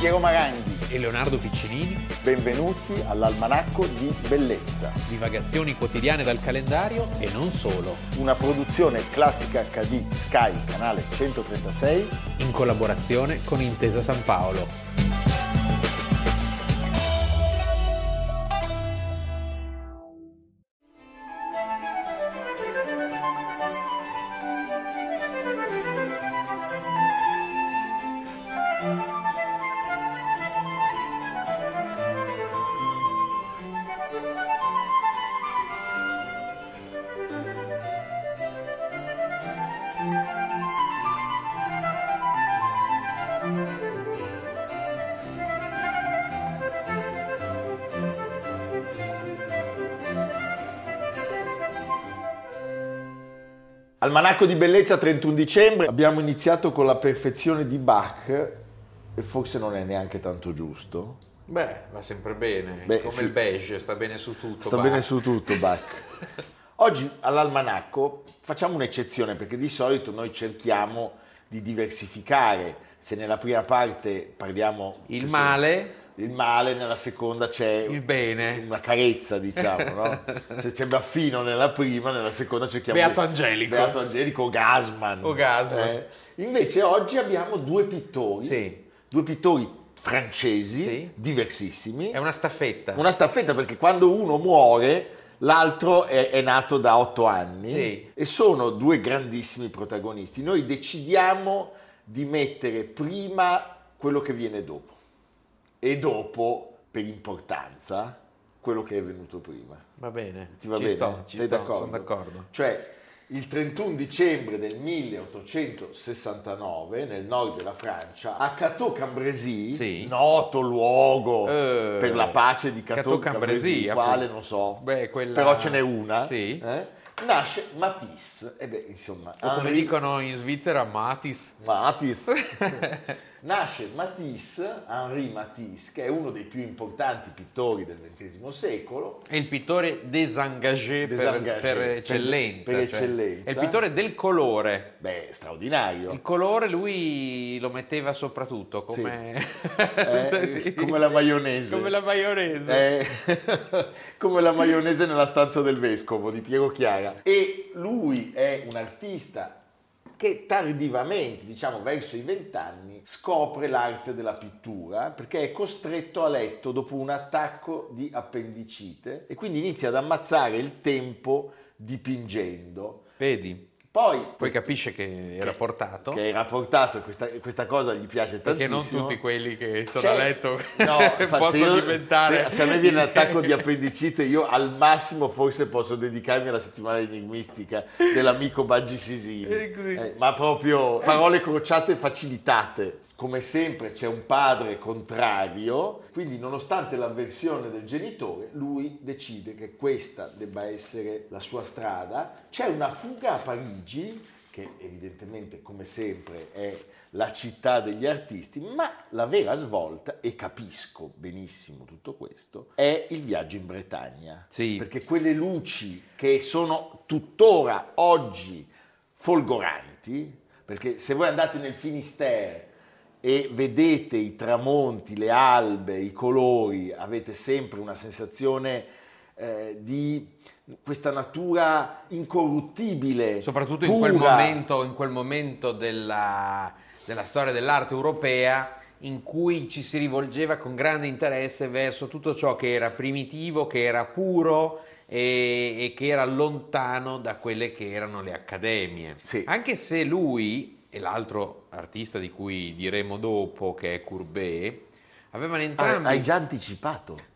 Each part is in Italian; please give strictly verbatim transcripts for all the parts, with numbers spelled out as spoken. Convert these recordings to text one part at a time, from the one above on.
Piero Maranghi e Leonardo Piccinini. Benvenuti all'Almanacco di Bellezza. Divagazioni quotidiane dal calendario e non solo. Una produzione Classica acca di Sky, canale centotrentasei. In collaborazione con Intesa San Paolo. Almanacco di Bellezza, trentuno dicembre. Abbiamo iniziato con la perfezione di Bach e forse non è neanche tanto giusto. Beh, va sempre bene, Beh, come sì. il beige, sta bene su tutto. Sta Bach. bene su tutto Bach. Oggi all'Almanacco facciamo un'eccezione perché di solito noi cerchiamo di diversificare. Se nella prima parte parliamo Il male, il male, nella seconda c'è il bene. una carezza, diciamo, no? Se c'è Baffino nella prima, nella seconda cerchiamo Beato di- Angelico. Beato Angelico o Gassman. O Gassman. Eh, invece oggi abbiamo due pittori, Sì. due pittori francesi, Sì. diversissimi. È una staffetta. Una staffetta perché quando uno muore l'altro è, è nato da otto anni Sì. e sono due grandissimi protagonisti. Noi decidiamo di mettere prima quello che viene dopo e dopo, per importanza, quello che è venuto prima. Va bene, Ti va ci bene? sto, ci Sei sto, d'accordo? sono d'accordo. Cioè, il trentuno dicembre del milleottocentosessantanove, nel nord della Francia, a Cateau-Cambrésis, Sì. noto luogo Eh, per la pace di Cateau-Cambrésis, Cateau-Cambrésis, quale appunto. non so, Beh, quella- però ce n'è una, Sì. eh? Nasce Matisse, e beh, insomma, O come Henri dicono in Svizzera, Matis. Matisse. Nasce Matisse, Henri Matisse, che è uno dei più importanti pittori del ventesimo secolo. È il pittore désengagé, per, Désengagé, per per- eccellenza. per cioè, eccellenza. È il pittore del colore. Beh, straordinario. Il colore lui lo metteva soprattutto come, Eh, come la maionese. come la maionese. Eh, come la maionese nella stanza del vescovo di Piero Chiara. E lui è un artista che tardivamente, diciamo verso i vent'anni, scopre l'arte della pittura perché è costretto a letto dopo un attacco di appendicite e quindi inizia ad ammazzare il tempo dipingendo. Vedi? Poi, Poi quest- capisce che era portato. che era portato e questa, questa cosa gli piace Perché tantissimo. non tutti quelli che sono C'è- a letto no, infatti, possono se io- diventare... se, se a me viene l'attacco di appendicite, io al massimo forse posso dedicarmi alla settimana enigmistica dell'amico Baggi Sisini. Eh, così. Eh, ma proprio parole crociate e facilitate. Come sempre c'è un padre contrario, quindi nonostante l'avversione del genitore, lui decide che questa debba essere la sua strada. C'è una fuga a Parigi, che evidentemente come sempre è la città degli artisti, ma la vera svolta, e capisco benissimo tutto questo, è il viaggio in Bretagna. Sì. Perché quelle luci che sono tuttora oggi folgoranti, perché se voi andate nel Finisterre e vedete i tramonti, le albe, i colori, avete sempre una sensazione eh, di questa natura incorruttibile, Soprattutto in pura. quel momento, in quel momento della, della storia dell'arte europea in cui ci si rivolgeva con grande interesse verso tutto ciò che era primitivo, che era puro e, e che era lontano da quelle che erano le accademie. Sì. Anche se lui e l'altro artista di cui diremo dopo, che è Courbet, avevano entrambi... Ah, hai già anticipato.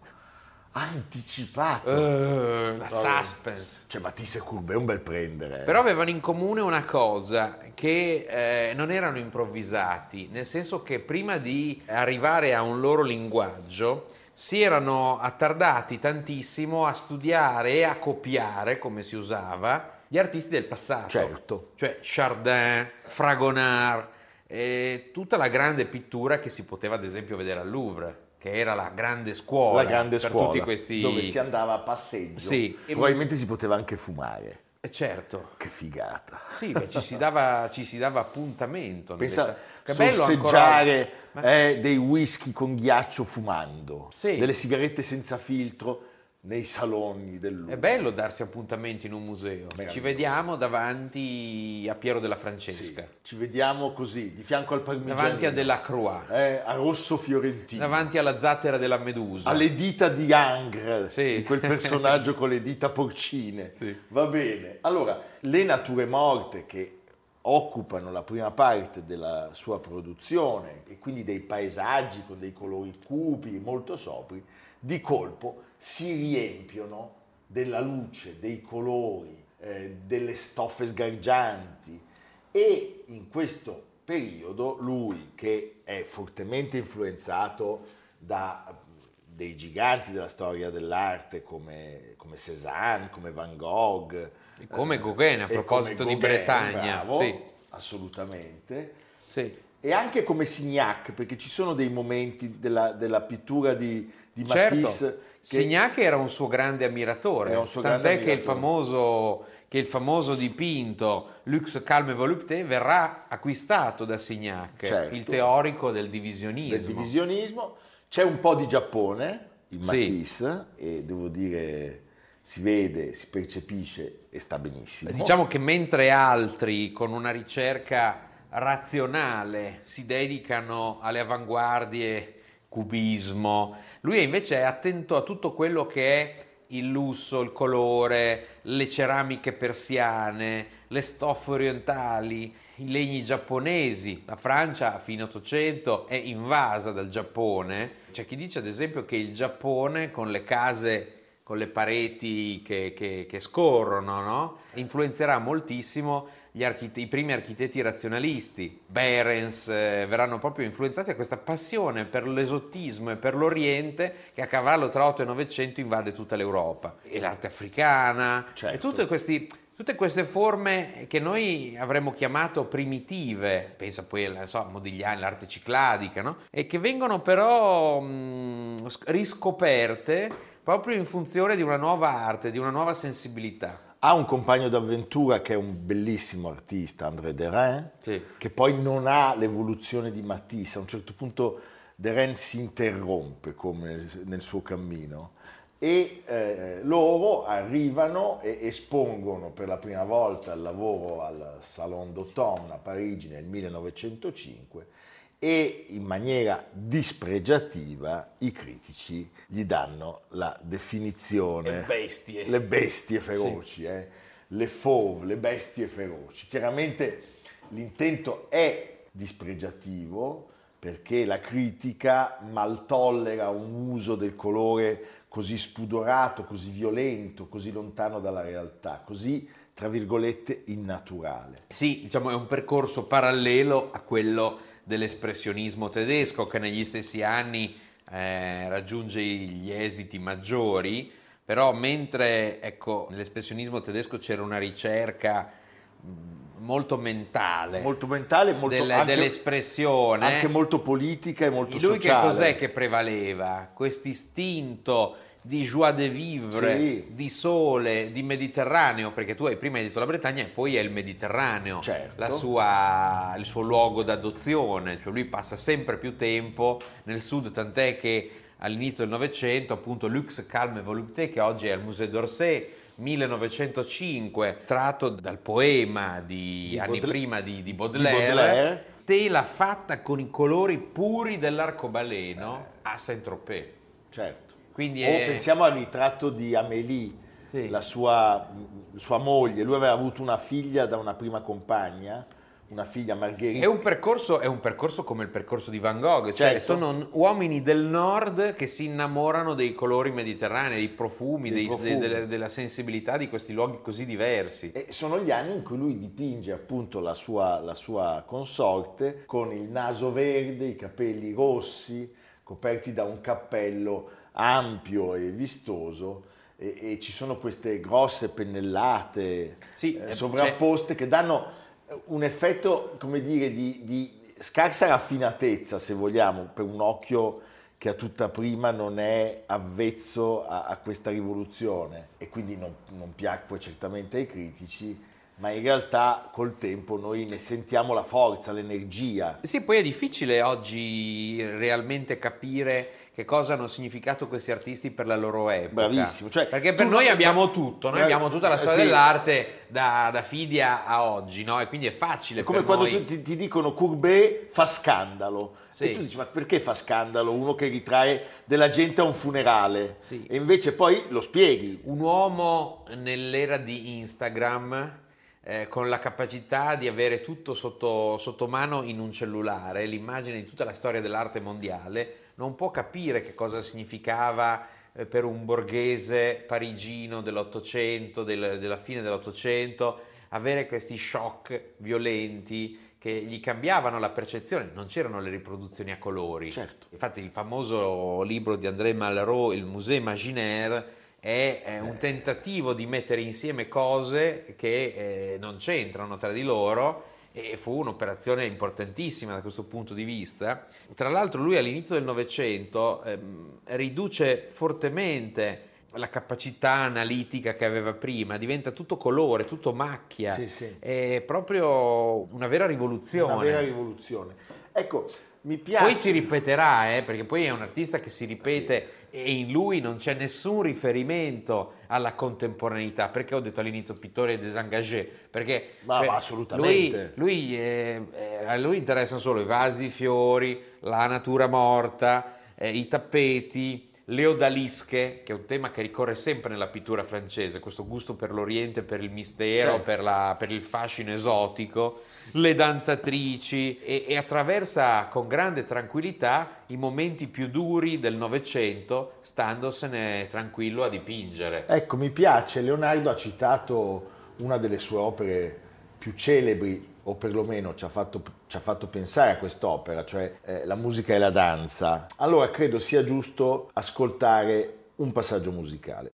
Anticipato. Eh, la Vabbè. suspense. Cioè Matisse e Courbet è un bel prendere. Però avevano in comune una cosa, che eh, non erano improvvisati, nel senso che prima di arrivare a un loro linguaggio si erano attardati tantissimo a studiare e a copiare, come si usava, gli artisti del passato. Certo. Cioè Chardin, Fragonard, eh, tutta la grande pittura che si poteva ad esempio vedere al Louvre, che era la grande scuola La grande per scuola, tutti questi... dove si andava a passeggio. Sì. Probabilmente si poteva anche fumare. E certo. Che figata. Sì, beh, ci, si dava, ci si dava appuntamento. Pensa che bello sorseggiare ancora... eh, dei whisky con ghiaccio fumando, sì. delle sigarette senza filtro nei saloni del Louvre. È bello darsi appuntamento in un museo. Ci vediamo davanti a Piero della Francesca. Sì, ci vediamo così, di fianco al Parmigianino. Davanti a Delacroix. Eh, a Rosso Fiorentino. Davanti alla zattera della Medusa. Alle dita di Angre, sì. di quel personaggio con le dita porcine. Sì. Va bene. Allora, le nature morte che occupano la prima parte della sua produzione e quindi dei paesaggi con dei colori cupi, molto sobri, di colpo si riempiono della luce, dei colori, eh, delle stoffe sgargianti e in questo periodo lui, che è fortemente influenzato da dei giganti della storia dell'arte come, come Cézanne, come Van Gogh, e come Gauguin, a proposito di Gauguin, Bretagna, bravo, sì. assolutamente, sì. E anche come Signac, perché ci sono dei momenti della, della pittura di, di certo. Matisse. Che Signac era un suo grande ammiratore, un suo tant'è grande che, il ammiratore. famoso, che il famoso dipinto Lux, calme volupté verrà acquistato da Signac, certo. il teorico del divisionismo. Del divisionismo. C'è un po' di Giappone in Sì. Matisse e devo dire si vede, si percepisce e sta benissimo. Diciamo che mentre altri con una ricerca razionale si dedicano alle avanguardie, cubismo, lui invece è attento a tutto quello che è il lusso, il colore, le ceramiche persiane, le stoffe orientali, i legni giapponesi. La Francia a fine Ottocento è invasa dal Giappone. C'è chi dice ad esempio che il Giappone con le case con le pareti che, che, che scorrono, no? Influenzerà moltissimo gli archite- i primi architetti razionalisti. Behrens eh, verranno proprio influenzati da questa passione per l'esotismo e per l'Oriente che a cavallo tra otto e novecento invade tutta l'Europa. E l'arte africana, certo. e tutte, questi, tutte queste forme che noi avremmo chiamato primitive, pensa poi a so, Modigliani, l'arte cicladica, no? E che vengono però mh, riscoperte proprio in funzione di una nuova arte, di una nuova sensibilità. Ha un compagno d'avventura che è un bellissimo artista, André Derain, sì. che poi non ha l'evoluzione di Matisse. A un certo punto Derain si interrompe come nel suo cammino e eh, loro arrivano e espongono per la prima volta il lavoro al Salon d'Automne a Parigi nel millenovecentocinque e in maniera dispregiativa i critici gli danno la definizione le bestie, le bestie feroci, sì. eh? le fauve, le bestie feroci. Chiaramente l'intento è dispregiativo perché la critica mal tollera un uso del colore così spudorato, così violento, così lontano dalla realtà, così tra virgolette innaturale. Sì, diciamo è un percorso parallelo a quello dell'espressionismo tedesco che negli stessi anni eh, raggiunge gli esiti maggiori, però mentre ecco, nell'espressionismo tedesco c'era una ricerca mh, molto mentale, molto mentale, molto, delle, anche, dell'espressione, anche molto politica e molto lui sociale. Lui che cos'è che prevaleva? Quest'istinto di joie de vivre, sì. di sole, di Mediterraneo, perché tu hai prima hai detto la Bretagna e poi è il Mediterraneo, certo. la sua, il suo luogo d'adozione, cioè lui passa sempre più tempo nel sud, tant'è che all'inizio del Novecento appunto Lux, calme volupté, che oggi è al Musée d'Orsay, millenovecentocinque, tratto dal poema di, di anni Baudelaire, prima di, di, Baudelaire, di Baudelaire, tela fatta con i colori puri dell'arcobaleno eh. a Saint-Tropez. Certo. Quindi o è... pensiamo al ritratto di Amélie, sì. la sua, sua moglie. Lui aveva avuto una figlia da una prima compagna, una figlia Margherita. È un percorso, è un percorso come il percorso di Van Gogh, cioè certo. sono uomini del nord che si innamorano dei colori mediterranei, dei profumi, dei, dei profumi. De, de, della sensibilità di questi luoghi così diversi. E sono gli anni in cui lui dipinge appunto la sua, la sua consorte con il naso verde, i capelli rossi, coperti da un cappello ampio e vistoso e, e ci sono queste grosse pennellate sì, eh, sovrapposte che danno un effetto, come dire, di, di scarsa raffinatezza, se vogliamo, per un occhio che a tutta prima non è avvezzo a, a questa rivoluzione e quindi non, non piacque certamente ai critici, ma in realtà col tempo noi ne sentiamo la forza, l'energia. Sì, poi è difficile oggi realmente capire che cosa hanno significato questi artisti per la loro epoca. Bravissimo. Cioè, perché per noi abbiamo tutto, noi abbiamo tutta la storia sì. dell'arte da, da Fidia a oggi, no? E quindi è facile è come per quando noi... ti, ti dicono Courbet fa scandalo. Sì. E tu dici, ma perché fa scandalo uno che ritrae della gente a un funerale? Sì. E invece poi lo spieghi. Un uomo nell'era di Instagram, eh, con la capacità di avere tutto sotto, sotto mano in un cellulare, l'immagine di tutta la storia dell'arte mondiale, non può capire che cosa significava eh, per un borghese parigino dell'Ottocento, del, della fine dell'Ottocento, avere questi shock violenti che gli cambiavano la percezione. Non c'erano le riproduzioni a colori. Certo. Infatti il famoso libro di André Malraux, Il Musée Imaginaire, è, è un tentativo di mettere insieme cose che eh, non c'entrano tra di loro, e fu un'operazione importantissima da questo punto di vista. Tra l'altro lui all'inizio del Novecento ehm, riduce fortemente la capacità analitica che aveva prima, diventa tutto colore, tutto macchia, Sì, sì. È proprio una vera rivoluzione. Una vera rivoluzione. Ecco, mi piace. Poi si ripeterà, eh, perché poi è un artista che si ripete, sì. E in lui non c'è nessun riferimento alla contemporaneità. Perché ho detto all'inizio pittore désengagé? Perché ma, per, ma assolutamente. Lui, lui, eh, eh, a lui interessano solo i vasi di fiori, la natura morta, eh, i tappeti, le odalische, che è un tema che ricorre sempre nella pittura francese, questo gusto per l'Oriente, per il mistero, certo. per, la, per il fascino esotico, le danzatrici, e, e attraversa con grande tranquillità i momenti più duri del Novecento, standosene tranquillo a dipingere. Ecco, mi piace, Leonardo ha citato una delle sue opere più celebri, o perlomeno ci ha fatto, ci ha fatto pensare a quest'opera, cioè eh, la musica e la danza. Allora credo sia giusto ascoltare un passaggio musicale.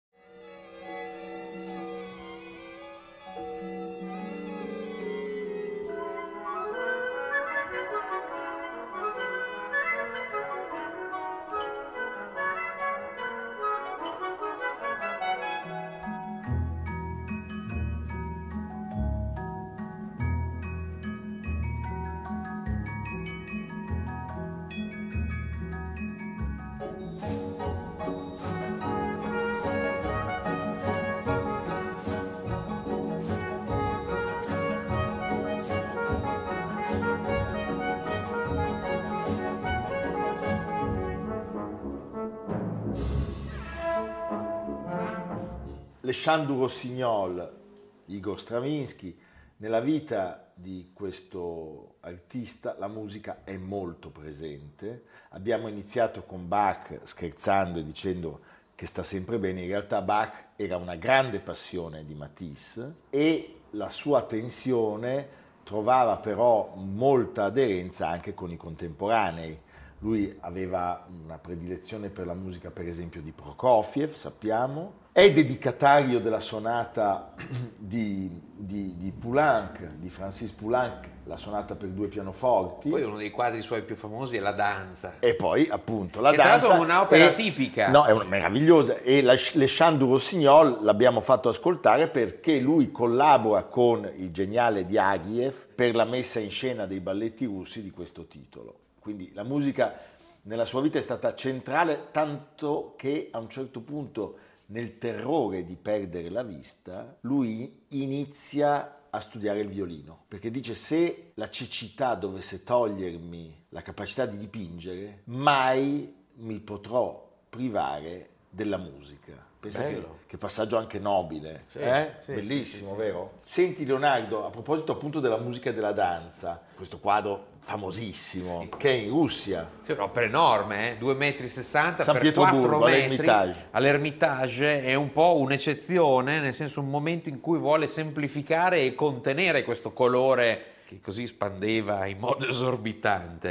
Le Chants du Rossignol, Igor Stravinsky. Nella vita di questo artista la musica è molto presente. Abbiamo iniziato con Bach scherzando e dicendo che sta sempre bene. In realtà Bach era una grande passione di Matisse e la sua tensione trovava però molta aderenza anche con i contemporanei. Lui aveva una predilezione per la musica, per esempio, di Prokofiev, sappiamo. È dedicatario della sonata di, di, di Poulenc, di Francis Poulenc, la sonata per due pianoforti. Poi uno dei quadri suoi più famosi è La danza. E poi, appunto, la che danza. Tra l'altro è un'opera è, tipica. No, è una meravigliosa. E la, Le Chants du Rossignol l'abbiamo fatto ascoltare perché lui collabora con il geniale Diaghilev per la messa in scena dei balletti russi di questo titolo. Quindi la musica nella sua vita è stata centrale, tanto che a un certo punto, nel terrore di perdere la vista, lui inizia a studiare il violino, perché dice: se la cecità dovesse togliermi la capacità di dipingere, mai mi potrò privare della musica. Pensa che, che passaggio anche nobile, sì, eh? sì, Bellissimo, sì, sì, vero? Sì. Senti Leonardo, a proposito appunto della musica e della danza, questo quadro famosissimo che è in Russia. Sì, un'opera enorme, eh? due metri e sessanta San per Pietroburgo, quattro metri, all'Ermitage. all'Ermitage. È un po' un'eccezione, nel senso un momento in cui vuole semplificare e contenere questo colore che così spandeva in modo esorbitante.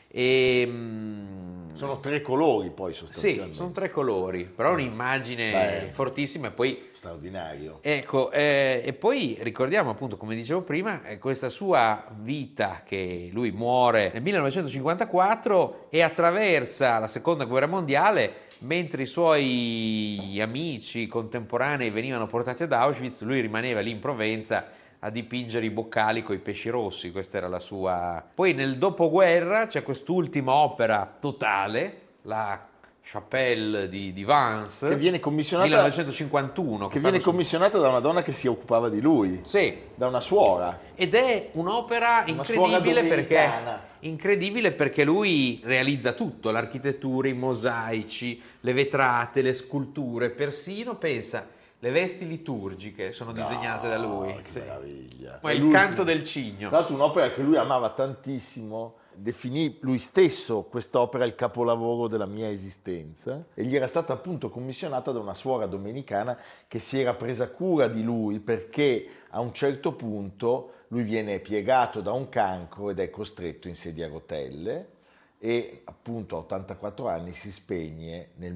E, mh, sono tre colori poi sostanzialmente. Sì, sono tre colori, però è un'immagine Beh, fortissima e poi... straordinario. Ecco, eh, e poi ricordiamo appunto, come dicevo prima, eh, questa sua vita che lui muore nel millenovecentocinquantaquattro e attraversa la seconda guerra mondiale, mentre i suoi amici contemporanei venivano portati ad Auschwitz, lui rimaneva lì in Provenza a dipingere i boccali con i pesci rossi, questa era la sua... Poi nel dopoguerra c'è quest'ultima opera totale, la Chapelle di, di Vence, che viene commissionata, millenovecentocinquantuno, che viene commissionata su... da una donna che si occupava di lui, sì, da una suora, ed è un'opera una incredibile suora perché incredibile perché lui realizza tutto, l'architettura, i mosaici, le vetrate, le sculture, persino pensa le vesti liturgiche sono disegnate no, da lui. Che sì. meraviglia. Ma il lui, canto del cigno. Tra l'altro un'opera che lui amava tantissimo, definì lui stesso quest'opera il capolavoro della mia esistenza, e gli era stata appunto commissionata da una suora domenicana che si era presa cura di lui perché a un certo punto lui viene piegato da un cancro ed è costretto in sedia a rotelle e appunto a ottantaquattro anni si spegne nel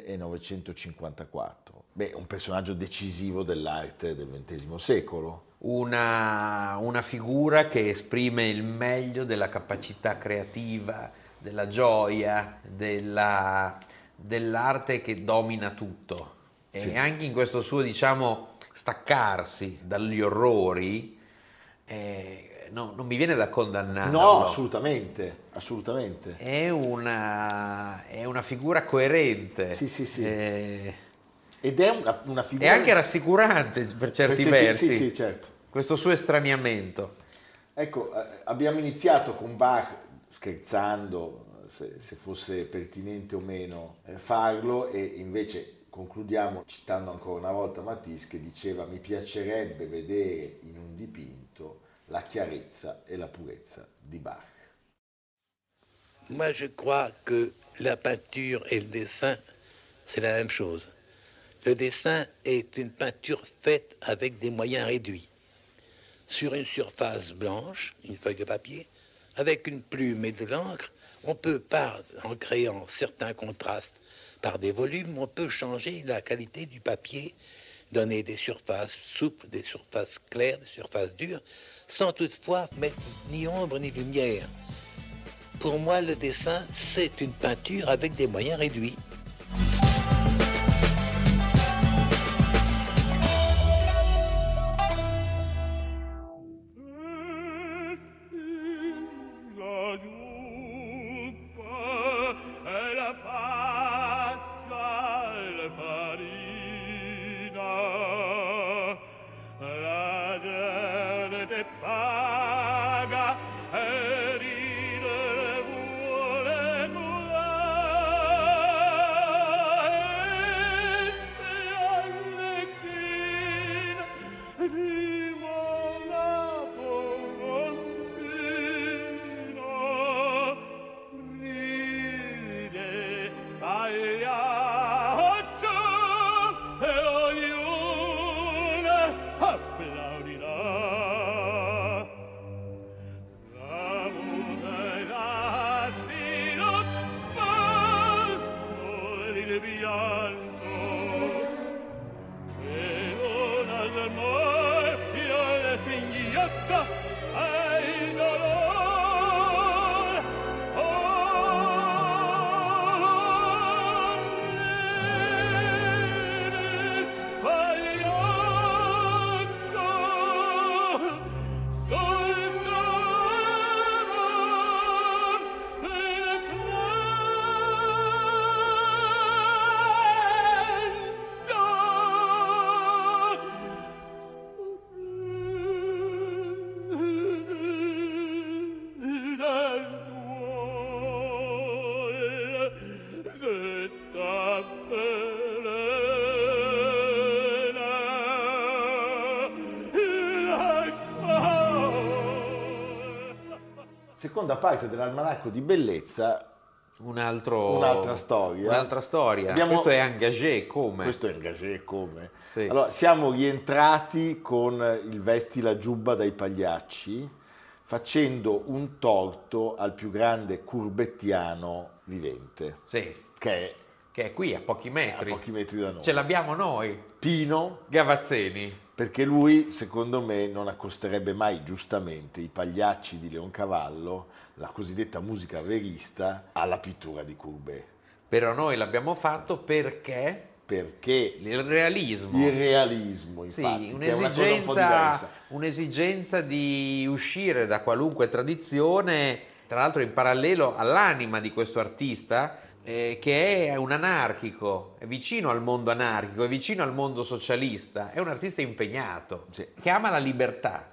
millenovecentocinquantaquattro. Beh, un personaggio decisivo dell'arte del ventesimo secolo. Una, una figura che esprime il meglio della capacità creativa, della gioia, della, dell'arte che domina tutto. E sì, anche in questo suo, diciamo, staccarsi dagli orrori, eh, no, non mi viene da condannarlo. No, assolutamente, assolutamente. È una, è una figura coerente. Sì, sì, sì. Eh, Ed è una, una figura... È anche rassicurante per certi, per certi versi. Sì, sì, certo. Questo suo estraniamento. Ecco, eh, abbiamo iniziato con Bach scherzando, se, se fosse pertinente o meno eh, farlo, e invece concludiamo citando ancora una volta Matisse che diceva: mi piacerebbe vedere in un dipinto la chiarezza e la purezza di Bach. Moi je crois que la peinture et le dessin c'est la même chose. Le dessin est une peinture faite avec des moyens réduits. Sur une surface blanche, une feuille de papier, avec une plume et de l'encre, on peut, par, en créant certains contrastes par des volumes, on peut changer la qualité du papier, donner des surfaces souples, des surfaces claires, des surfaces dures, sans toutefois mettre ni ombre ni lumière. Pour moi, le dessin, c'est une peinture avec des moyens réduits. Seconda parte dell'Almanacco di Bellezza, un altro, un'altra storia. Un'altra storia. Abbiamo, questo è engagé come? Questo è engagé come? Sì. Allora, siamo rientrati con il Vesti la giubba dai pagliacci, facendo un torto al più grande courbettiano vivente, Sì, che è che è qui a pochi metri. a pochi metri da noi. Ce l'abbiamo noi, Pino, Gavazzeni. perché lui, secondo me, non accosterebbe mai giustamente i pagliacci di Leoncavallo, la cosiddetta musica verista, alla pittura di Courbet. Però noi l'abbiamo fatto perché Perché il realismo. il realismo, infatti, Sì, che è una cosa un po' un'esigenza, diversa. un'esigenza di uscire da qualunque tradizione, tra l'altro in parallelo all'anima di questo artista, eh, che è un anarchico, è vicino al mondo anarchico, è vicino al mondo socialista, è un artista impegnato, Sì. che ama la libertà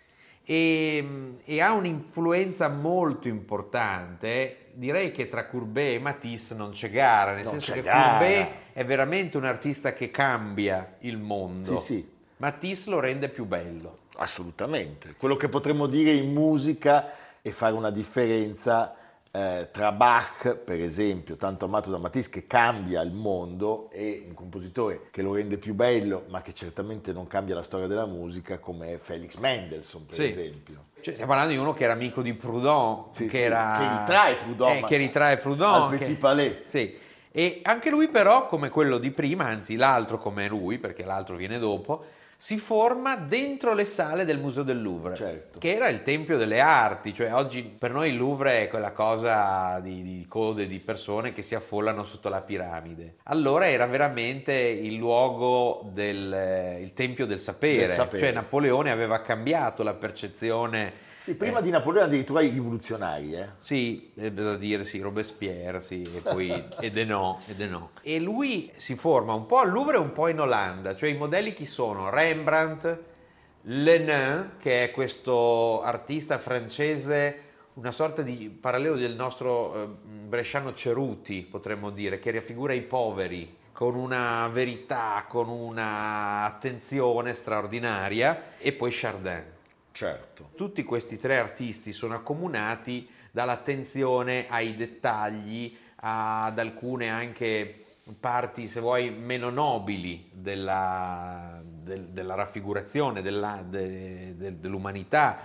e, e ha un'influenza molto importante. Direi che tra Courbet e Matisse non c'è gara, nel Non senso c'è che gara. Courbet è veramente un artista che cambia il mondo. Sì, sì. Matisse lo rende più bello. Assolutamente. Quello che potremmo dire in musica è fare una differenza eh, tra Bach, per esempio, tanto amato da Matisse, che cambia il mondo, e un compositore che lo rende più bello, ma che certamente non cambia la storia della musica, come Felix Mendelssohn, per Sì. esempio. Cioè, stiamo parlando di uno che era amico di Proudhon, Sì, che, sì, era, che ritrae Proudhon, eh, ma- che ritrae Proudhon, al Petit che- Palais. Sì. E anche lui però, come quello di prima, anzi l'altro come lui, perché l'altro viene dopo, si forma dentro le sale del Museo del Louvre, Certo. che era il tempio delle arti. Cioè oggi per noi il Louvre è quella cosa di, di code di persone che si affollano sotto la piramide. Allora era veramente il luogo del il tempio del sapere. Del sapere. Cioè Napoleone aveva cambiato la percezione. Sì, prima di Napoleone addirittura i rivoluzionari, eh. Sì, è da dire, sì, Robespierre, sì, e poi e de no, e de no. E lui si forma un po' al Louvre e un po' in Olanda, cioè i modelli chi sono? Rembrandt, Lenain, che è questo artista francese, una sorta di parallelo del nostro eh, bresciano Ceruti, potremmo dire, che raffigura i poveri con una verità, con una attenzione straordinaria, e poi Chardin. Certo. Tutti questi tre artisti sono accomunati dall'attenzione ai dettagli, ad alcune anche parti, se vuoi, meno nobili della, del- della raffigurazione della- de- de- dell'umanità.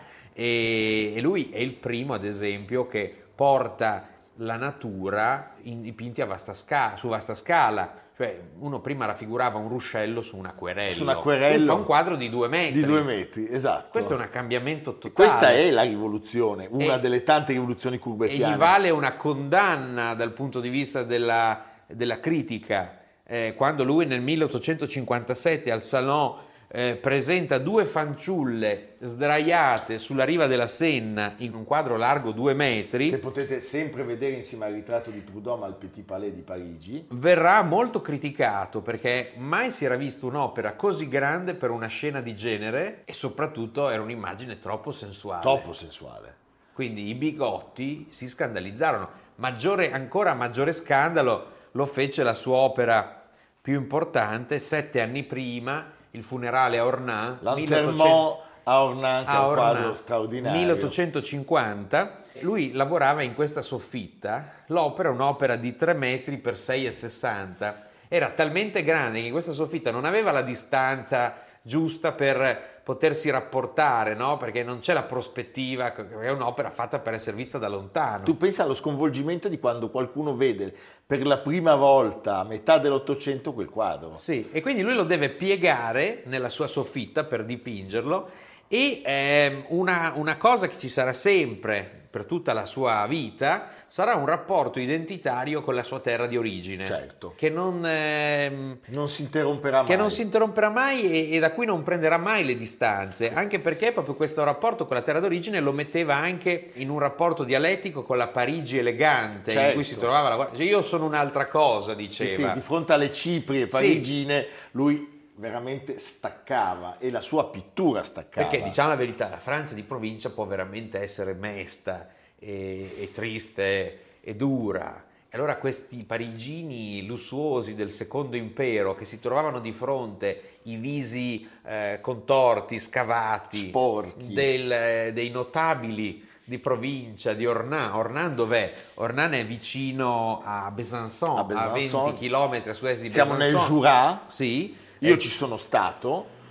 E, e lui è il primo, ad esempio, che porta la natura in dipinti a vasta scala, su vasta scala. Cioè, uno prima raffigurava un ruscello su un acquerello. Su un acquerello. Lui fa un quadro di due metri. Di due metri, esatto. Questo è un cambiamento totale. Questa è la rivoluzione, una E- delle tante rivoluzioni E courbetiane. gli vale una condanna dal punto di vista della, della critica, eh, quando lui nel milleottocentocinquantasette al Salon eh, presenta due fanciulle sdraiate sulla riva della Senna in un quadro largo due metri. Che potete sempre vedere insieme al ritratto di Proudhon al Petit Palais di Parigi. Verrà molto criticato perché mai si era vista un'opera così grande per una scena di genere, e soprattutto era un'immagine troppo sensuale. Troppo sensuale. Quindi i bigotti si scandalizzarono. Maggiore, ancora maggiore scandalo lo fece la sua opera più importante, sette anni prima, Il funerale a Ornans, L'Enterrement a Ornans, che è a un quadro Ornans, straordinario. milleottocentocinquanta. Lui lavorava in questa soffitta. L'opera è un'opera di tre metri per sei e sessanta. Era talmente grande che questa soffitta non aveva la distanza giusta per potersi rapportare, no? Perché non c'è la prospettiva, è un'opera fatta per essere vista da lontano. Tu pensa allo sconvolgimento di quando qualcuno vede per la prima volta a metà dell'Ottocento quel quadro. Sì, e quindi lui lo deve piegare nella sua soffitta per dipingerlo, e ehm, una, una cosa che ci sarà sempre per tutta la sua vita sarà un rapporto identitario con la sua terra di origine, Certo. che non, ehm, Non si interromperà mai. che non si interromperà mai e, e da cui non prenderà mai le distanze, anche perché proprio questo rapporto con la terra d'origine lo metteva anche in un rapporto dialettico con la Parigi elegante, in Certo. cui si trovava la... Cioè, io sono un'altra cosa, Sì, diceva. sì, di fronte alle ciprie parigine lui veramente staccava, e la sua pittura staccava. Perché diciamo la verità, la Francia di provincia può veramente essere mesta e, e triste e dura. E allora questi parigini lussuosi del secondo impero, che si trovavano di fronte i visi eh, contorti, scavati, Sporchi. del- dei notabili di provincia di Ornans. Ornans dov'è? Ornans è vicino a Besançon, A a, Besançon. venti chilometri a sud-est di Siamo Besançon. nel Jura. Sì. Io Eh, ci sono stato.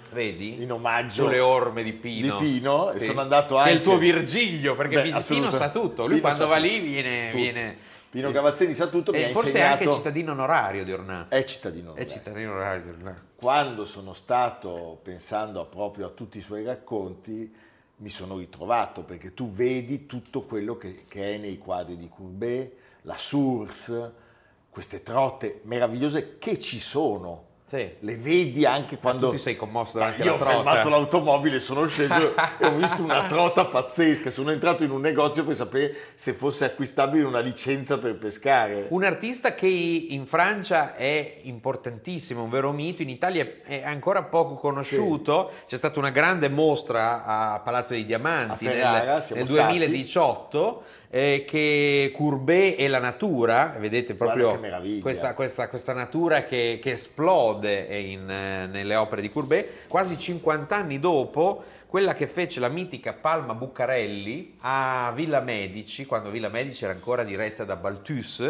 Vedi? in omaggio sulle orme di Pino, di Pino e sì. sono andato Che anche... è il tuo Virgilio, perché Beh, Pino sa tutto, lui Pino quando sa va tutto. lì viene... Tutto. viene... Pino Cavazzeni sa tutto, mi E ha forse insegnato... è anche cittadino onorario di Ornà. È cittadino È onorario. cittadino onorario di Ornà. Quando sono stato pensando a proprio a tutti i suoi racconti, mi sono ritrovato, perché tu vedi tutto quello che, che è nei quadri di Courbet, la source, queste trote meravigliose che ci sono. Sì. Le vedi anche quando... Tu ti sei commosso Ma davanti io alla ho trota. fermato l'automobile, sono sceso e ho visto una trota pazzesca. Sono entrato in un negozio per sapere se fosse acquistabile una licenza per pescare. Un artista che in Francia è importantissimo, un vero mito, in Italia è ancora poco conosciuto. C'è stata una grande mostra a Palazzo dei Diamanti A Ferrara, nel, siamo nel duemiladiciotto eh, che Courbet e la natura, vedete proprio Guarda che meraviglia. questa, questa, questa natura che, che esplode in, eh, nelle opere di Courbet, quasi cinquanta anni dopo quella che fece la mitica Palma Buccarelli a Villa Medici, quando Villa Medici era ancora diretta da Balthus,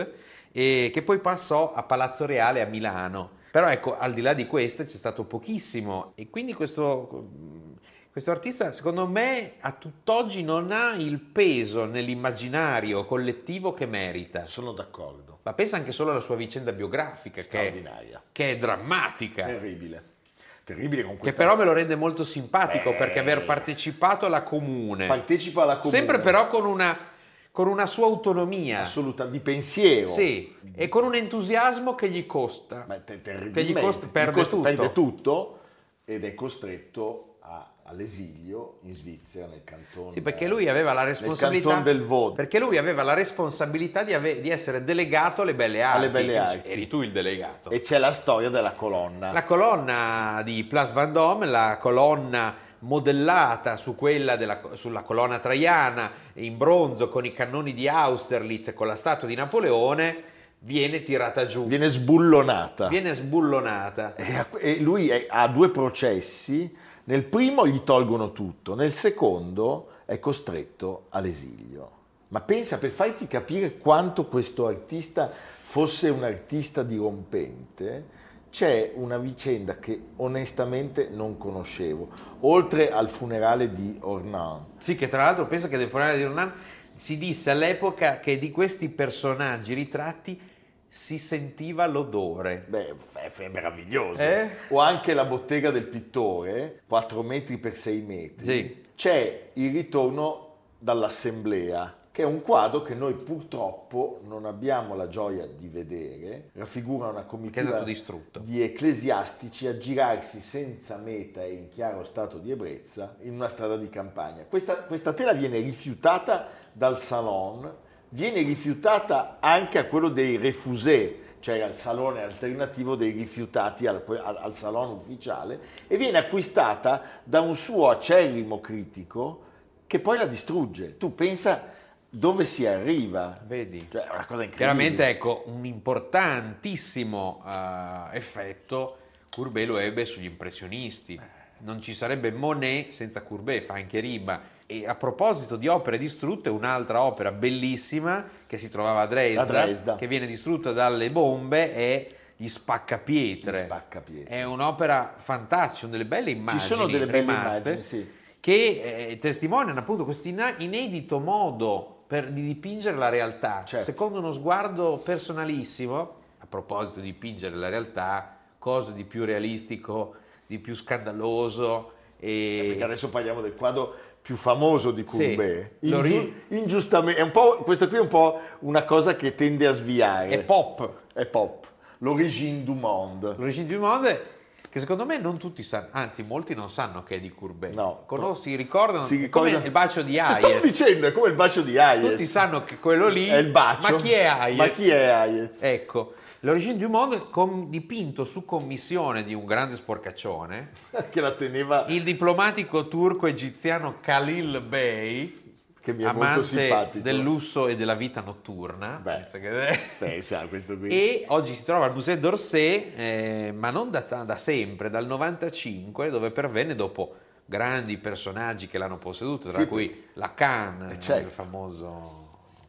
e che poi passò a Palazzo Reale a Milano. Però ecco, al di là di questo c'è stato pochissimo, e quindi questo, questo artista secondo me a tutt'oggi non ha il peso nell'immaginario collettivo che merita. Sono d'accordo. Ma pensa anche solo alla sua vicenda biografica, che è, Straordinaria. che è drammatica. Terribile. Terribile con Che questa... però me lo rende molto simpatico, Beh. perché aver partecipato alla comune, Partecipa alla comune. sempre però con una, con una sua autonomia, Assoluta, di pensiero. sì, e con un entusiasmo che gli costa, Ma te- che gli terribilmente. costa, perde, Gli costa- tutto. perde tutto ed è costretto a- all'esilio in Svizzera, nel canton. Sì, perché lui aveva la responsabilità, Nel canton del Vaud. perché lui aveva la responsabilità di, ave- di essere delegato alle Belle Arti. Alle Belle Arti. Eri tu il delegato. E c'è la storia della colonna. La colonna di Place Vendôme, la colonna modellata su quella della, sulla colonna traiana in bronzo con i cannoni di Austerlitz e con la statua di Napoleone, viene tirata giù, viene, Viene sbullonata. sbullonata. E, e lui è- ha due processi. Nel primo gli tolgono tutto, nel secondo è costretto all'esilio. Ma pensa, per farti capire quanto questo artista fosse un artista dirompente, c'è una vicenda che onestamente non conoscevo. Oltre al funerale di Ornans, Sì, che tra l'altro pensa che del funerale di Ornans si disse all'epoca che di questi personaggi ritratti si sentiva l'odore. beh, è, è meraviglioso. Eh? O anche la bottega del pittore, quattro metri per sei metri. Sì. C'è il ritorno dall'assemblea, che è un quadro che noi purtroppo non abbiamo la gioia di vedere. Raffigura una Che è comitiva stato distrutto. di ecclesiastici a girarsi senza meta e in chiaro stato di ebbrezza in una strada di campagna. Questa, questa tela viene rifiutata dal salon, viene rifiutata anche a quello dei refusés, cioè al salone alternativo dei rifiutati al, al, al salone ufficiale, e viene acquistata da un suo acerrimo critico che poi la distrugge. Tu pensa dove si arriva. Vedi? Cioè, è una cosa incredibile. Chiaramente, ecco, un importantissimo eh, effetto Courbet lo ebbe sugli impressionisti. Non ci sarebbe Monet senza Courbet, fa anche rima. E a proposito di opere distrutte, un'altra opera bellissima che si trovava a Dresda, A Dresda. che viene distrutta dalle bombe, è Gli Spaccapietre. Gli Spaccapietre. È un'opera fantastica, sono delle belle immagini Ci sono delle belle rimaste, immagini, sì. che eh, testimoniano appunto questo ina- inedito modo per, di dipingere la realtà, Certo. secondo uno sguardo personalissimo. A proposito di dipingere la realtà, cosa di più realistico, di più scandaloso e... Perché adesso parliamo del quadro più famoso di Courbet. Sì, lo ri- Ingiu- ingiustamente, è un po', questo qui è un po' una cosa che tende a sviare. è pop. È pop. L'origine du monde. L'origine du monde, che secondo me non tutti sanno, anzi molti non sanno che è di Courbet. No. Conos- si ricordano, Si è come ricorda- il bacio di Stavo Hayez. dicendo, è come il bacio di Hayez. Tutti sanno che quello lì È il bacio. Ma chi è Hayez? Ma chi è Hayez? Ecco, l'origine du monde com- dipinto su commissione di un grande sporcaccione, Che la teneva, il diplomatico turco-egiziano Khalil Bey, che mi è molto amante simpatico. del lusso e della vita notturna. Beh. pensa che- Pensa a questo qui. E oggi si trova al Musée d'Orsay, eh, ma non da, da sempre, dal novantacinque, dove pervenne dopo grandi personaggi che l'hanno posseduto, tra Sì, cui Lacan, eh, certo. il famoso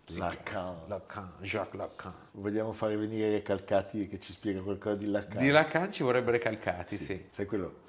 si Lacan. chiama. Lacan, Jacques Lacan. Vogliamo fare venire Recalcati che ci spiega qualcosa di Lacan? Di Lacan ci vorrebbe Recalcati, sì. sì. Sai quello?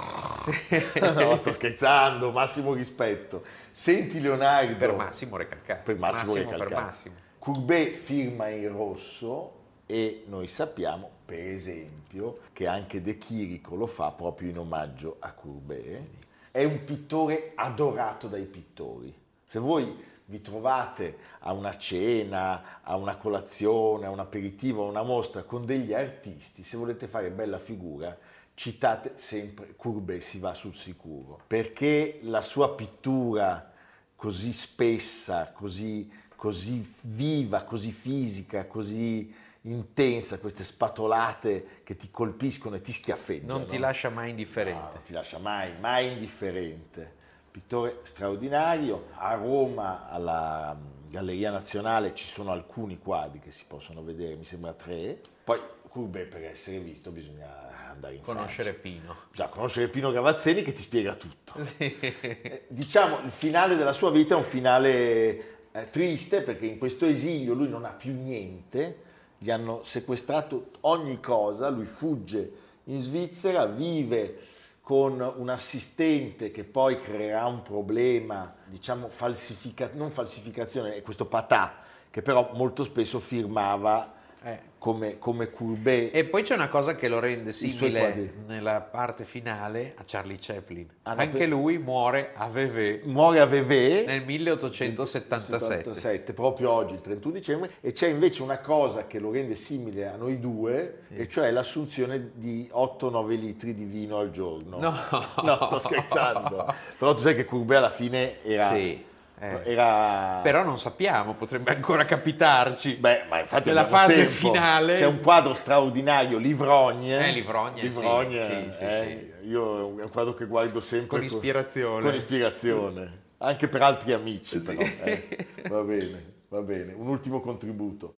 No, sto scherzando, massimo rispetto. Senti Leonardo. Per Massimo Recalcati. Per Massimo, Massimo Recalcati. Per Massimo. Courbet firma in rosso e noi sappiamo, per esempio, che anche De Chirico lo fa proprio in omaggio a Courbet. È un pittore adorato dai pittori. Se voi vi trovate a una cena, a una colazione, a un aperitivo, a una mostra con degli artisti, se volete fare bella figura, citate sempre Courbet, si va sul sicuro, perché la sua pittura così spessa, così, così viva, così fisica, così intensa, queste spatolate che ti colpiscono e ti schiaffeggiano. Non ti lascia mai indifferente. No, non ti lascia mai, mai indifferente. Pittore straordinario. A Roma, alla Galleria Nazionale, ci sono alcuni quadri che si possono vedere, mi sembra tre. Poi Courbet, per essere visto, bisogna andare in Conoscere Francia. Pino. Bisogna conoscere Pino Gavazzeni che ti spiega tutto. Sì. Eh, diciamo, il finale della sua vita è un finale eh, triste, perché in questo esilio lui non ha più niente, gli hanno sequestrato ogni cosa, lui fugge in Svizzera, vive con un assistente che poi creerà un problema, diciamo, falsifica- non falsificazione, è questo Patà, che però molto spesso firmava Eh. come, come Courbet. E poi c'è una cosa che lo rende suoi simile quadri. nella parte finale a Charlie Chaplin. Ah, no, Anche per- lui muore a Vevey Muore a Vevey nel milleottocentosettantasette. settantasette, proprio oggi, il trentuno dicembre, e c'è invece una cosa che lo rende simile a noi due, e cioè l'assunzione di otto nove litri di vino al giorno. No. No, sto scherzando. Però tu sai che Courbet alla fine era... Sì. Eh. era... Però non sappiamo, potrebbe ancora capitarci. Beh, ma infatti nella abbiamo fase tempo. finale C'è un quadro straordinario, Livrogne. Eh, Livrogne, sì, Livrogne, sì, sì, eh, io è un quadro che guardo sempre Con ispirazione. Con ispirazione, anche per altri amici, però. eh. Va bene, va bene. Un ultimo contributo.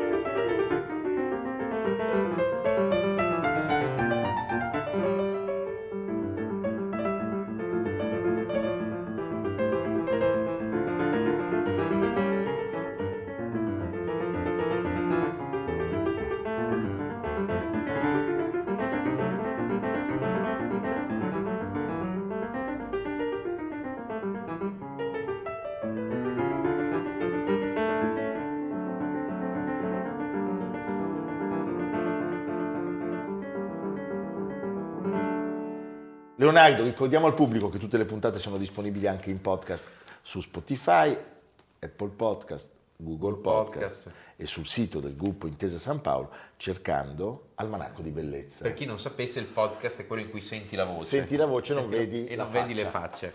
Leonardo, ricordiamo al pubblico che tutte le puntate sono disponibili anche in podcast su Spotify, Apple Podcast, Google Podcast, Podcast. e sul sito del gruppo Intesa San Paolo, cercando Almanacco di Bellezza. Per chi non sapesse, il podcast è quello in cui senti la voce. Senti la voce, non Senti la- vedi e la non vedi le faccia. facce.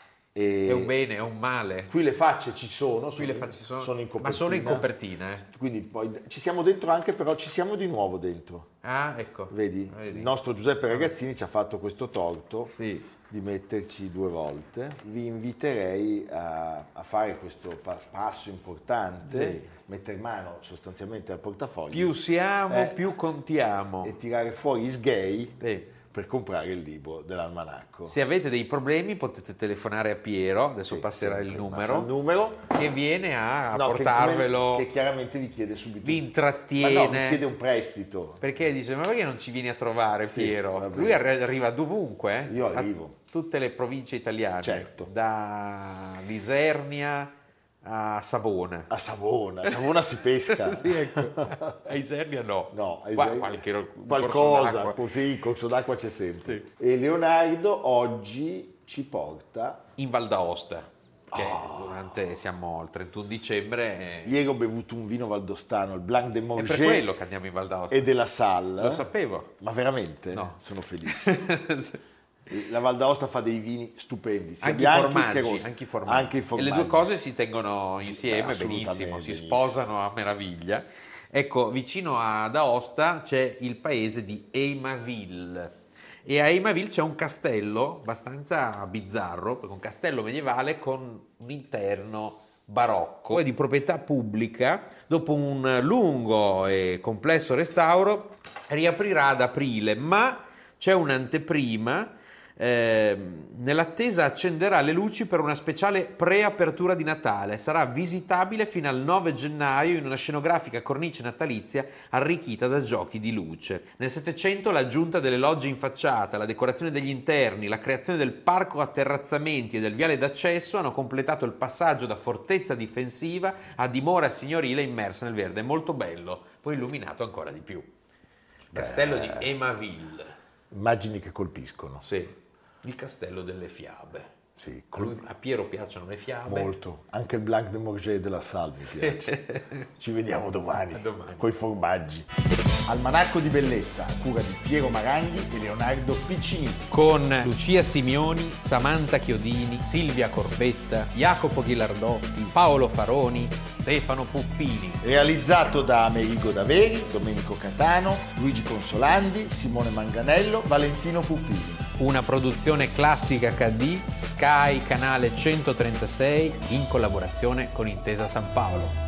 E È un bene, è un male. qui le facce ci sono, Qui le facce sono, sono in copertina. ma solo in copertina. Eh. Quindi poi ci siamo dentro anche, però ci siamo di nuovo dentro. Ah, ecco. Vedi? Vedi? Il nostro Giuseppe Ragazzini ci ha fatto questo torto Sì. di metterci due volte. Vi inviterei a, a fare questo pa- passo importante, Sì. mettere mano sostanzialmente al portafoglio Più siamo, Eh. più contiamo. e tirare fuori i sgay Sì. per comprare il libro dell'almanacco. Se avete dei problemi potete telefonare a Piero, adesso Sì, passerà il sempre, passa numero, il numero. che viene a No, che- portarvelo, che chiaramente vi chiede subito. vi Ma intrattiene. no, vi chiede un prestito. Perché dice, ma perché non ci vieni a trovare, Sì, Piero? va bene. Lui arri- arriva dovunque, eh? Io A arrivo. tutte le province italiane, Certo. da Isernia a Savona. A Savona, a Savona si pesca. Sì, ecco. A Isernia no. No, a Qua- esempio, qualche ro- corso qualcosa, d'acqua. così, il corso d'acqua c'è sempre. E Leonardo oggi ci porta. In Val d'Aosta, che Ah. durante, siamo al trentuno dicembre, e- Ieri ho bevuto un vino valdostano, il Blanc de è per Morges quello che andiamo in Val d'Aosta. e della Salle. Lo sapevo. Ma veramente? No. Sono felice. E la Val d'Aosta fa dei vini stupendi, sia Anche i bianchi formaggi, che rossi. anche i formaggi. Anche i E formaggi. le due cose si tengono insieme assolutamente, benissimo, si benissimo. sposano a meraviglia. Ecco, vicino ad Aosta c'è il paese di Eymaville. E a Eymaville c'è un castello abbastanza bizzarro, un castello medievale con un interno barocco, è di proprietà pubblica. Dopo un lungo e complesso restauro riaprirà ad aprile, ma c'è un'anteprima Eh, nell'attesa accenderà le luci per una speciale preapertura di Natale. Sarà visitabile fino al nove gennaio in una scenografica cornice natalizia arricchita da giochi di luce. Nel Settecento l'aggiunta delle logge in facciata, la decorazione degli interni, la creazione del parco a terrazzamenti e del viale d'accesso hanno completato il passaggio da fortezza difensiva a dimora signorile immersa nel verde. È molto bello, poi illuminato ancora di più. Il castello di Aimaville. Immagini che colpiscono. Sì. Il castello delle fiabe. Sì, A, lui, a Piero piacciono le fiabe. molto. Anche il Blanc de Morges della Salle mi piace. Ci vediamo domani, domani. coi formaggi. Almanacco di bellezza a cura di Piero Maranghi e Leonardo Piccini. Con Lucia Simioni, Samantha Chiodini, Silvia Corbetta, Jacopo Ghilardotti, Paolo Faroni, Stefano Puppini. Realizzato da Amerigo Daveri, Domenico Catano, Luigi Consolandi, Simone Manganello, Valentino Puppini. Una produzione Classica acca di, Sky Canale centotrentasei, in collaborazione con Intesa San Paolo.